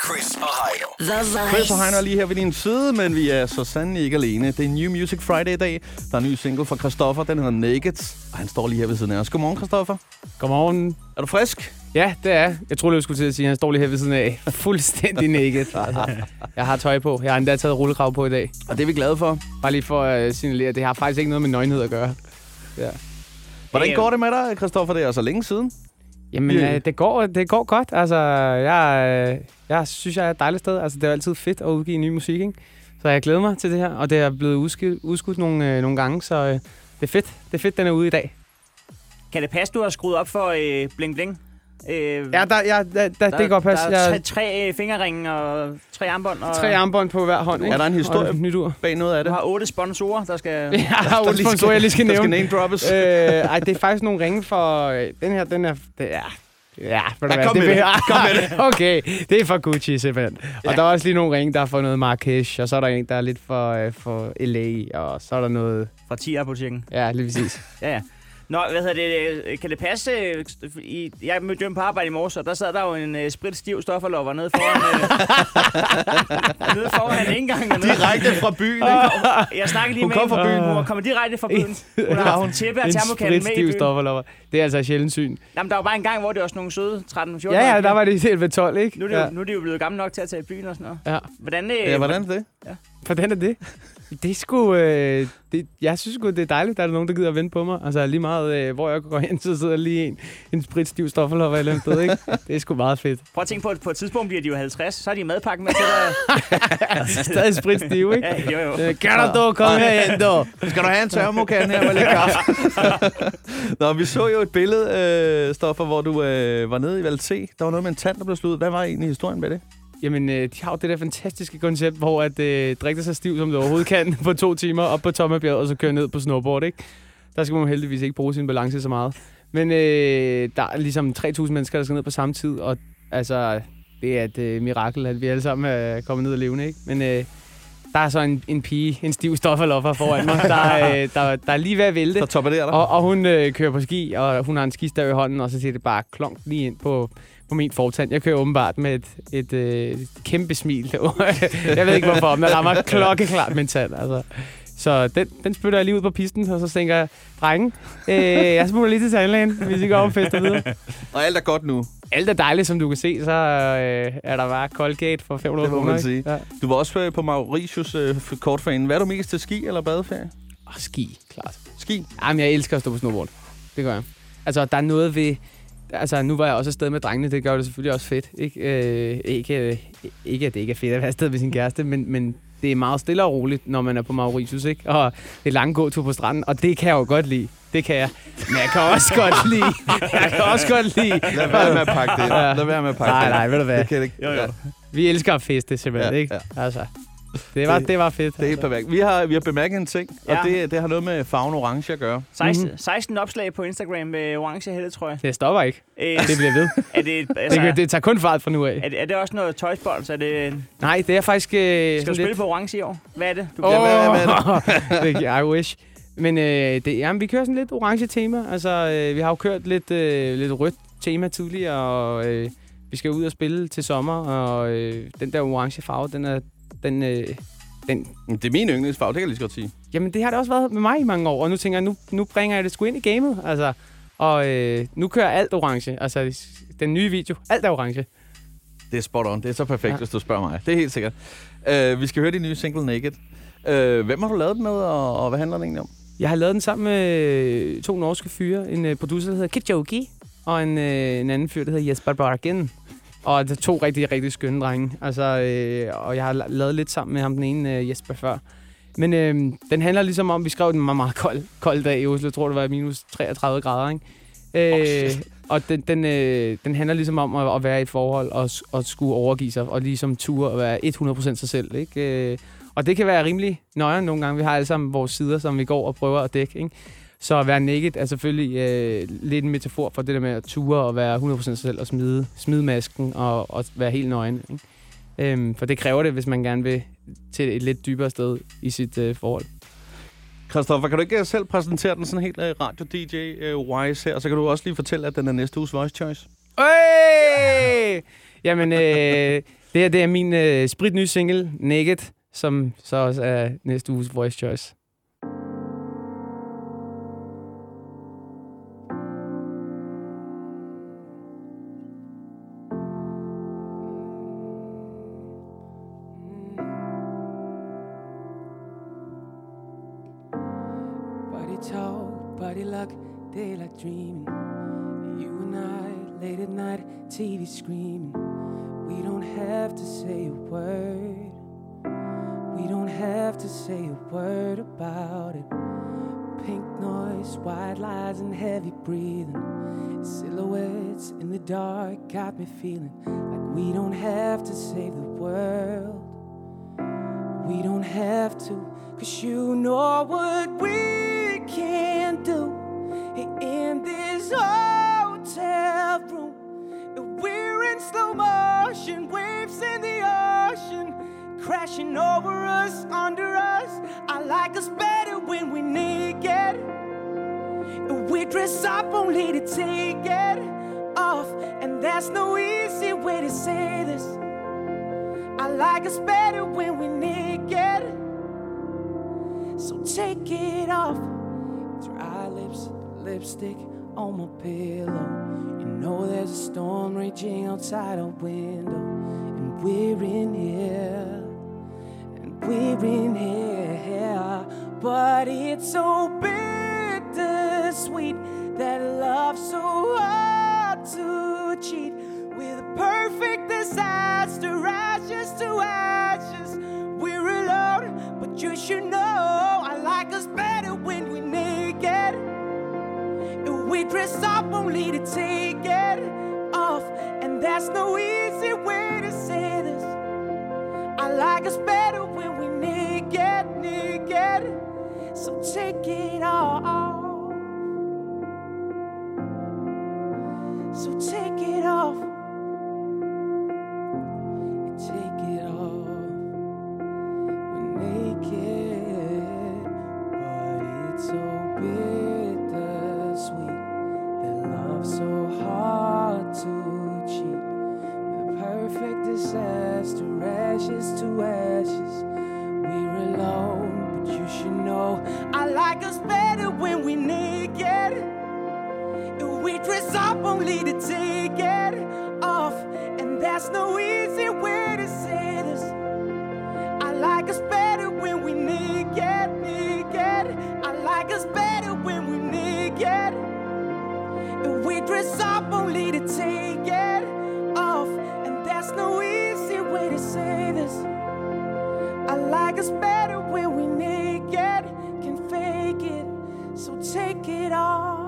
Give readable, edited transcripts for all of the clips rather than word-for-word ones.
Chris og Heino. The Voice. Chris og Heino er lige her ved din side, men vi er så sandelig ikke alene. Det er New Music Friday i dag. Der er en ny single fra Christoffer, den hedder Naked. Og han står lige her ved siden af os. Godmorgen, Christoffer. Godmorgen. Er du frisk? Ja, det er. Jeg troede, jeg skulle til at sige, at han står lige her ved siden af. Fuldstændig naked. Altså, jeg har tøj på. Jeg har endda taget rullekrav på i dag. Og det er vi glade for. Bare lige for at signalere, at det har faktisk ikke noget med nøgenhed at gøre. Ja. Hvordan går det med dig, Christoffer? Det er så længe siden. Jamen, det går godt. Altså, jeg synes, jeg er et dejligt sted. Altså, det er altid fedt at udgive ny musik, ikke? Så jeg glæder mig til det her, og det er blevet udskudt nogle gange, så det er fedt. Det er fedt, den er ude i dag. Kan det passe, du har skruet op for Bling Bling? Ja, det kan godt passe. Der er tre fingerringe og 3 armbånd. Og 3 armbånd på hver hånd, ikke? Er der en historie bag noget af du det? har 8 sponsorer, der skal... Ja, jeg har 8 sponsorer, jeg lige skal nævne. Der skal name droppes. Ej, det er faktisk nogle ringe for... Den her, det er... Ja, kom med det. Okay, det er for Gucci simpelthen. Ja. Og der er også lige nogle ringe, der er for noget Marrakesh, og så er der en, der er lidt for LA, og så er der noget... Fra TIA-butikken. Ja, lige præcis. Ja. Nå, kan det passe? Jeg mødte Jørgen på arbejde i morges, og der sad der jo en spritstiv stofferlover nede foran indgangen. Direkte fra byen, ikke? Jeg snakkede lige Hun med kom fra byen. Hun kommer direkte fra byen. Hun har haft tæppe og termokan med i byen. Stofferlover. Det er altså et sjældent syn. Jamen, der var bare en gang, hvor det var sådan nogle søde 13-14 år. Ja, der var det helt ved 12, ikke? Nu er de jo blevet gamle nok til at tage i byen og sådan noget. Ja. Hvordan er det? Ja. Hvordan er det? Det er sgu... jeg synes sgu, det er dejligt, at der er nogen, der gider at vente på mig. Altså lige meget, hvor jeg går hen, så sidder lige en spritstiv stofferlover eller andet, ikke? Det er sgu meget fedt. Prøv at tænke på et tidspunkt bliver de jo 50, så har de madpakken med til dig. Stadig spritstiv, ikke? Ja, jo. Kan du dog komme herhen, dog? Skal du have en termokan her med lidt kaffe? Nå, vi så jo et billede, Stoffer, hvor du var nede i Valté. Der var noget med en tand, der blev slået. Hvad var egentlig historien med det? Jamen, de har jo det der fantastiske koncept, hvor at drikke sig stiv, som det overhovedet kan, på 2 timer op på Tommebjerget, og så køre ned på snowboard, ikke? Der skal man heldigvis ikke bruge sin balance så meget. Men der er ligesom 3.000 mennesker, der skal ned på samme tid, og altså, det er et mirakel, at vi alle sammen er kommet ned og levende, ikke? Men der er så en pige, en stiv stofferloffer foran mig, der er lige ved at vælte. Der topper det der. Og hun kører på ski, og hun har en skistav i hånden, og så siger det bare klonk lige ind på min fortand. Jeg kører åbenbart med et kæmpe smil. Jeg ved ikke hvorfor, men der rammer klokkeklart min tand. Altså. Så den spytter jeg lige ud på pisten, og så tænker jeg, drenge, jeg smutter lige til tandlægen, hvis I går om fester videre. Og alt er godt nu. Alt er dejligt, som du kan se, så er der bare Colgate for 500 kroner. Det må man sige. Ja. Du var også på Mauritius kortfanen. Hvad er du mest til, ski eller badeferie? Ski, klart. Ski? Jamen, jeg elsker at stå på snowboard. Det gør jeg. Altså, der er noget ved... Altså, nu var jeg også afsted med drengene, det gør det selvfølgelig også fedt. Ikke at det ikke er fedt at være afsted med sin kæreste, men det er meget stille og roligt, når man er på Mauritius, ikke? Og det er lang gåtur på stranden, og det kan jeg jo godt lide. Det kan jeg. Men jeg kan også godt lide... Lad være med at pakke det. Nej, ved du hvad? Det kan det ikke. Jo. Vi elsker at feste, simpelthen, ikke? Ja. Altså, det var fedt. Det er perfekt. Vi har bemærket en ting, og det har noget med farven orange at gøre. 16 opslag på Instagram med orange hættetrøje. Det stopper ikke. Det bliver ved. Det tager kun fart fra nu af. Er det også noget tøjsbold? Nej, det er faktisk... Skal du spille på orange i år? Hvad er det? I wish. Men vi kører sådan lidt orange tema. Altså, vi har jo kørt lidt rødt tema tidligere, og vi skal ud og spille til sommer, og den der orange farve, den det er min yndlingsfarve, det kan jeg lige så godt sige. Jamen, det har det også været med mig i mange år, og nu tænker jeg, nu bringer jeg det sgu ind i gamet, altså. Og nu kører alt orange, altså den nye video, alt er orange. Det er spot on, det er så perfekt, hvis du spørger mig. Det er helt sikkert. Vi skal høre de nye single Naked. Hvem har du lavet den med, og hvad handler den egentlig om? Jeg har lavet den sammen med 2 norske fyre, en producer, der hedder Kitjogi, og en anden fyr, der hedder Jesper Bargen. Og det er 2 rigtig, rigtig skønne drenge. Altså, og jeg har lavet lidt sammen med ham, den ene Jesper før. Men den handler ligesom om, vi skrev den meget, meget kold dag i Oslo. Jeg tror, det var minus 33 grader, ikke? Og den handler ligesom om at være i et forhold og skulle overgive sig, og ligesom ture og være 100% sig selv, ikke? Og det kan være rimelig nøjere nogle gange. Vi har alle sammen vores sider, som vi går og prøver at dække, ikke? Så at være naked er selvfølgelig lidt en metafor for det der med at ture og være 100% sig selv og smide masken og være helt nøgen, ikke? For det kræver det, hvis man gerne vil til et lidt dybere sted i sit forhold. Christoffer, kan du ikke selv præsentere den sådan helt radio-DJ-wise her, og så kan du også lige fortælle, at den er næste uges Voice Choice? Jamen, det Det er min spritnye single, Naked, som så også er næste uges Voice Choice. Body luck, daylight dreaming. You and I, late at night, TV screaming. We don't have to say a word. We don't have to say a word about it. Pink noise, white lies and heavy breathing. Silhouettes in the dark got me feeling like we don't have to save the world. We don't have to, 'cause you know what we can do in this hotel room. We're in slow motion, waves in the ocean, crashing over us, under us. I like us better when we're naked. We dress up only to take it off, and there's no easy way to say this. I like us better when we're naked. So take it off. Dry lips, lipstick on my pillow. You know there's a storm raging outside our window, and we're in here, and we're in here. But it's so bittersweet, that love's so hard to cheat. With a perfect disaster, ashes to ashes. We're alone, but you should know I like us better when we're naked. We dress up only to take it off, and there's no easy way to say this. I like us better when we're naked, naked. So take it off. So take it off. Take it off. We're naked, but it's so bittersweet. That love's so hard to cheat. With a perfect disaster, ashes to ashes. We're alone, but you should know I like us better when we're naked. We dress up only to take it off, and there's no easy way to say this. I like us better when we're naked, naked. I like us better when we're naked. We dress up only to take it off, and there's no easy way to say this. I like us better when we're naked, can fake it, so take it off.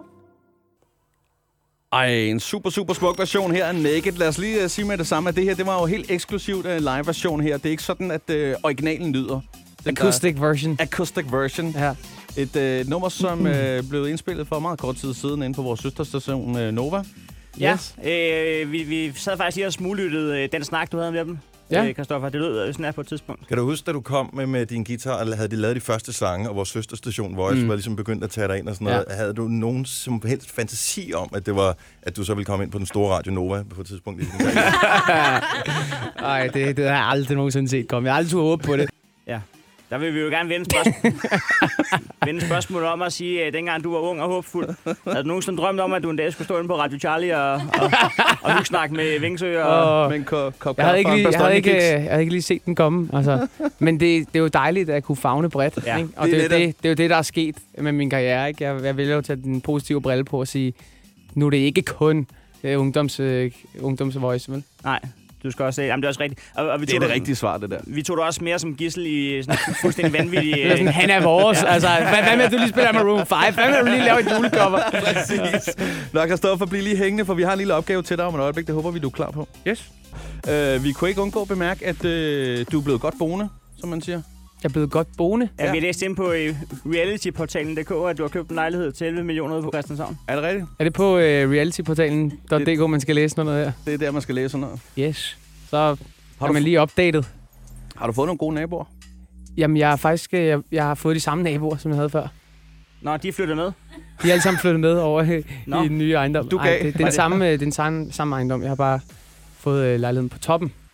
Ej, en super, super smuk version her af Naked. Lad os lige sige med det samme, at det her, det var jo helt eksklusivt live-version her. Det er ikke sådan, at originalen lyder. Acoustic version. Acoustic version. Ja. Et nummer, som blev indspillet for meget kort tid siden inde på vores søsterstation Nova. Yes. Ja, vi sad faktisk lige og smuglyttede den snak, du havde med dem. Ja. Christoffer, det lød sådan her på et tidspunkt. Kan du huske, da du kom med din guitar, og havde de lavet de første sange, og vores søsterstation Voice var ligesom begyndt at tage dig ind og sådan noget. Ja. Havde du nogen som helst fantasi om, at du så ville komme ind på den store Radio Nova på et tidspunkt i din karriere? Ej, det har jeg aldrig nogensinde set komme. Jeg har aldrig håbet på det. Ja. Der vil vi jo gerne vende spørgsmål om at sige, at dengang du var ung og håbfuld, havde du nogensinde drømt om, at du en dag skulle stå inde på Radio Charlie og snakke med Vingsø og med en kop jeg havde ikke lige set den komme. Altså. Men det er jo dejligt at kunne favne bredt. Ja. Ikke? Og det er jo det, der er sket med min karriere. Ikke? Jeg vælger jo at tage den positive brille på og sige, nu er det ikke kun ungdomsvoice, vel? Nej. Du skal også se. Jamen, det er også rigtigt. Og vi det er det rigtige svar, det der. Vi tog det også mere som gidsel i sådan en fuldstændig vanvittig... han er vores. Altså, hvad med, at du lige spiller Maroon 5? Hvad med, at du lige laver et julecover? Præcis. Nå, Christoffer, bliv lige hængende, for vi har en lille opgave til dig om et øjeblik. Det håber vi, du er klar på. Yes. Vi kunne ikke undgå at bemærke, at du er blevet godt boende, som man siger. Jeg er blevet godt boende. Ja, vi har læst ind på realityportalen.dk, at du har købt en lejlighed til 11 millioner på Christianshavn. Er det rigtigt? Er det på realityportalen.dk, man skal læse noget her? Det er der, man skal læse noget. Yes. Så har man lige opdateret. Har du fået nogle gode naboer? Jamen, jeg har fået de samme naboer, som jeg havde før. Nå, de er flyttet med? De er alle sammen flyttet med over i den nye ejendom. Du gav. Det er den samme ejendom. Jeg har bare fået lejligheden på toppen.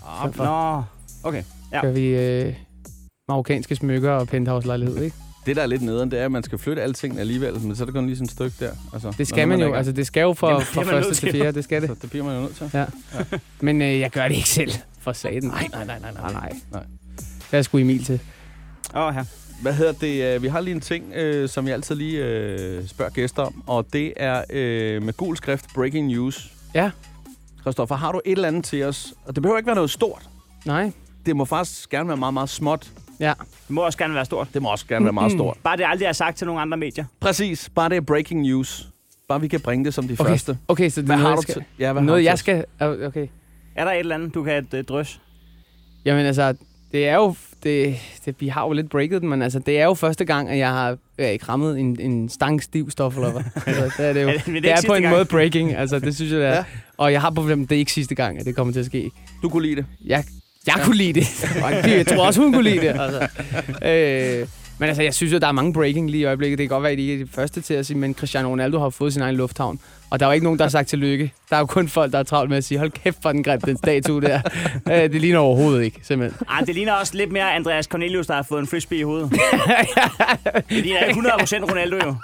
Nå, okay. Ja. Gør vi marokkanske smykker og penthouse-lejlighed, ikke? Det, der er lidt nederen, det er, at man skal flytte alting alligevel, men så er der kun lige sådan et stykke der. Altså, Det skal man jo. Altså, det skal jo fra første til fjerde. Det skal det. Så det bliver man jo nødt til. Ja. Men jeg gør det ikke selv. For satan. Nej. Der er sgu Emil til. Ja. Hvad hedder det? Vi har lige en ting, som jeg altid lige spørger gæster om, og det er med gul skrift Breaking News. Ja. Christoffer, har du et eller andet til os? Og det behøver ikke være noget stort. Nej. Det må faktisk gerne være meget, meget småt. Ja. Det må også gerne være stort. Det må også gerne være meget stort. Bare det aldrig er sagt til nogle andre medier. Præcis. Bare det er breaking news. Bare vi kan bringe det som de første. Okay, så det er Hvad har noget, du jeg skal... til? Ja, hvad noget, har jeg skal... Okay. Er der et eller andet, du kan drøs? Jamen altså, det er jo... vi har jo lidt breaket den, men altså, det er jo første gang, at jeg har krammet en stangstiv stofferlopper. Altså, det er det jo. Det er på en måde breaking, altså det synes jeg, det er. Ja. Og jeg har problemet, det er ikke sidste gang, at det kommer til at ske. Du kunne lide det? Jeg kunne lide det. Jeg tror også, hun kunne lide det. Altså. Men altså, jeg synes jo, der er mange breaking lige i øjeblikket. Det kan godt være, at I er de første til at sige, men Cristiano Ronaldo har fået sin egen lufthavn. Og der er jo ikke nogen, der har sagt tillykke. Der er jo kun folk, der er travlt med at sige, hold kæft for den grim, den statue der. Det ligner overhovedet ikke, simpelthen. Ej, det ligner også lidt mere Andreas Cornelius, der har fået en frisbee i hovedet. Det ligner 100% Ronaldo jo.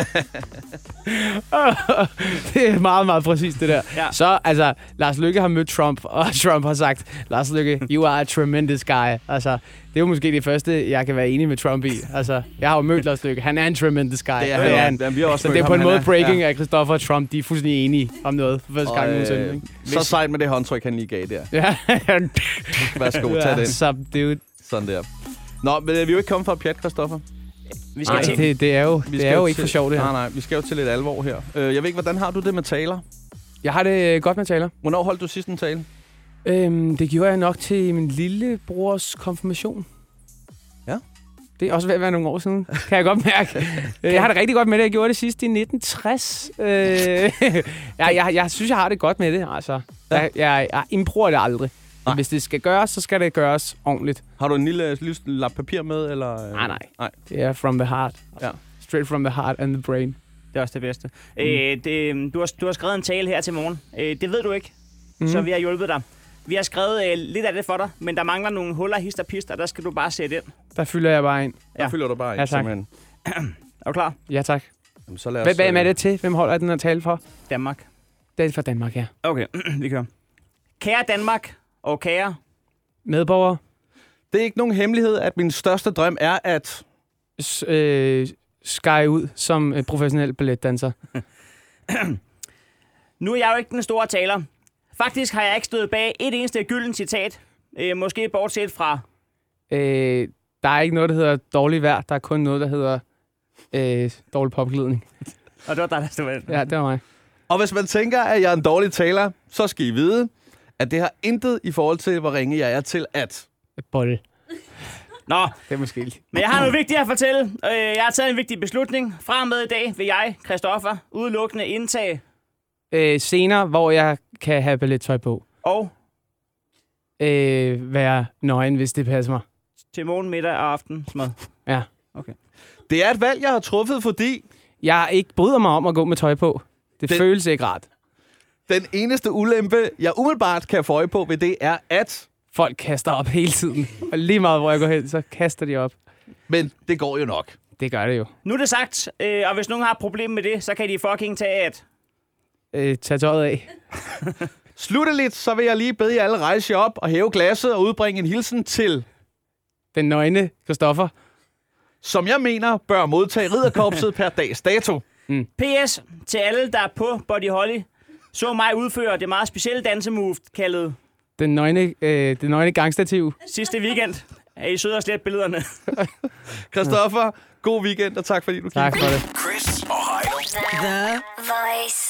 Det er meget, meget præcist, det der. Ja. Så, altså, Lars Løkke har mødt Trump, og Trump har sagt, Lars Løkke, you are a tremendous guy. Altså, det er jo måske det første, jeg kan være enig med Trump i. Altså, jeg har jo mødt Lars Løkke. Han er en tremendous guy. Det er han. Vi har også så det er på en måde breaking, at Christoffer og Trump, de er fuldstændig enige om noget for første gang nogensinde. Så sejt med det håndtryk, han lige gav der. Ja. Værsgo, tag den. Dude. Sådan der. Nå, men vi er jo ikke kommet fra pjat, Christoffer. Vi skal det er jo ikke for sjovt, det her. Nej, vi skal jo til lidt alvor her. Jeg ved ikke, hvordan har du det med taler? Jeg har det godt med taler. Hvornår holdt du sidst en tale? Det gjorde jeg nok til min lillebrors konfirmation. Ja. Det er også ved at være nogle år siden, kan jeg godt mærke. Jeg har det rigtig godt med det. Jeg gjorde det sidst i 1960. Jeg synes, jeg har det godt med det. Altså, jeg improver det aldrig. Hvis det skal gøres, så skal det gøres ordentligt. Har du en lille lap papir med? Eller? Nej. Det er from the heart. Ja. Straight from the heart and the brain. Det er også det bedste. Du har skrevet en tale her til morgen. Det ved du ikke, så vi har hjulpet dig. Vi har skrevet lidt af det for dig, men der mangler nogle huller, hist og pist, og der skal du bare sætte ind. Der fylder jeg bare ind. Der fylder du bare ind, ja, tak. simpelthen. Er du klar? Ja, tak. Jamen, så lad os, Hvem er det til? Hvem holder den her tale for? Danmark. Det er for Danmark, ja. Okay, vi kører. Kære Danmark og kære medborgere. Det er ikke nogen hemmelighed, at min største drøm er at skære ud som professionel balletdanser. Nu er jeg jo ikke den store taler. Faktisk har jeg ikke stået bag et eneste gylden citat. Måske bortset fra... Der er ikke noget, der hedder dårlig vejr. Der er kun noget, der hedder dårlig popglidning. Og det var dig, der stod ind. Ja, det var mig. Og hvis man tænker, at jeg er en dårlig taler, så skal I vide, at det har intet i forhold til, hvor ringe jeg er til at... Bolle. Nå, det er måske. Men jeg har noget vigtigt at fortælle. Jeg har taget en vigtig beslutning. Fra og med i dag vil jeg, Christoffer, udelukkende indtage... scener, hvor jeg kan have ballettøj på. Og? Være nøgen, hvis det passer mig. Til morgen, middag og aftensmad? Ja. Okay. Det er et valg, jeg har truffet, fordi... Jeg ikke bryder mig om at gå med tøj på. Det føles ikke rart. Den eneste ulempe, jeg umiddelbart kan få øje på ved det, er, at... folk kaster op hele tiden. Og lige meget, hvor jeg går hen, så kaster de op. Men det går jo nok. Det gør det jo. Nu er det sagt, og hvis nogen har et problem med det, så kan de fucking tage at... tage tøjet af. Slutteligt, så vil jeg lige bede jer alle rejse jer op og hæve glasset og udbringe en hilsen til... den nøgne Christoffer. Som jeg mener, bør modtage ridderkorpset per dags dato. PS til alle, der er på Body Holly, så mig udføre det meget specielle dansemove kaldet... den nøgne gangstativ. Sidste weekend. Er I søde og slet billederne? Christoffer, god weekend, og tak fordi du kiggede. Tak for det. Chris og Heino. The Voice.